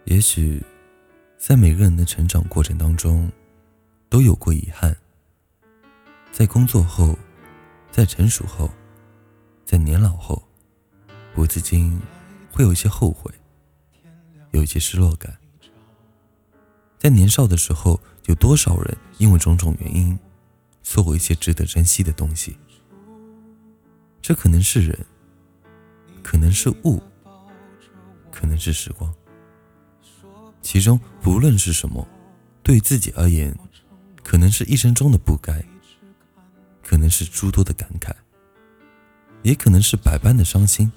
也许在每个人的成长过程当中都有过遗憾，在工作后，在成熟后，在年老后，不自禁会有一些后悔，有一些失落感。在年少的时候，有多少人因为种种原因错过一些值得珍惜的东西？这可能是人，可能是物，可能是时光。其中不论是什么，对于自己而言，可能是一生中的不该，可能是诸多的感慨，也可能是百般的伤心。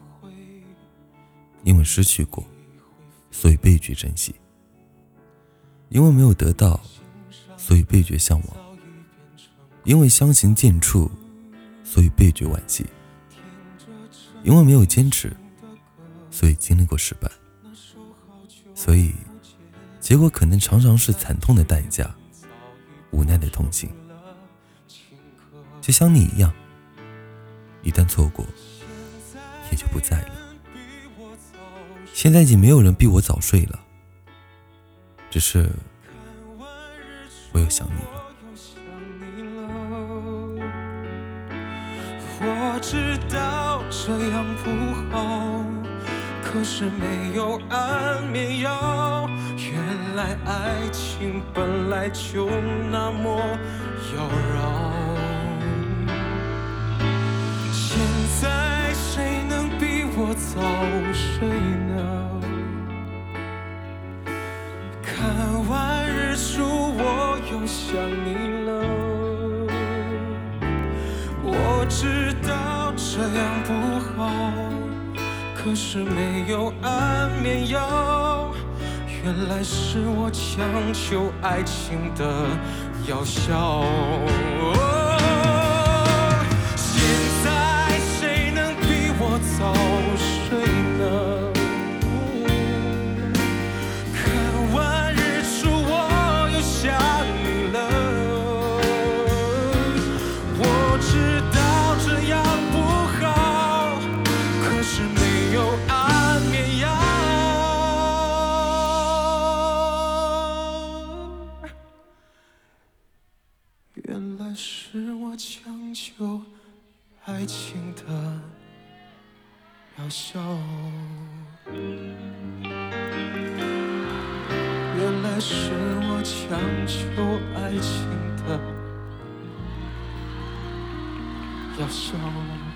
因为失去过，所以倍觉珍惜；因为没有得到，所以倍觉向往；因为相形见绌，所以倍觉惋惜；因为没有坚持，所以经历过失败。所以结果可能常常是惨痛的代价，无奈的痛心。就像你一样，一旦错过，也就不在了。现在已经没有人逼我早睡了，只是我又想你了。 我知道这样不好，可是没有安眠药。原来爱情本来就那么妖娆。现在谁能逼我早睡呢？看完日出我又想你了。我知道这样不好，可是没有安眠药。原来是我强求爱情的药效。现在谁能逼我早睡呢？看完日出我又想你了。我知道这样不好，可是没有安眠药。原来是我强求爱情的药效。原来是我强求爱情的药效。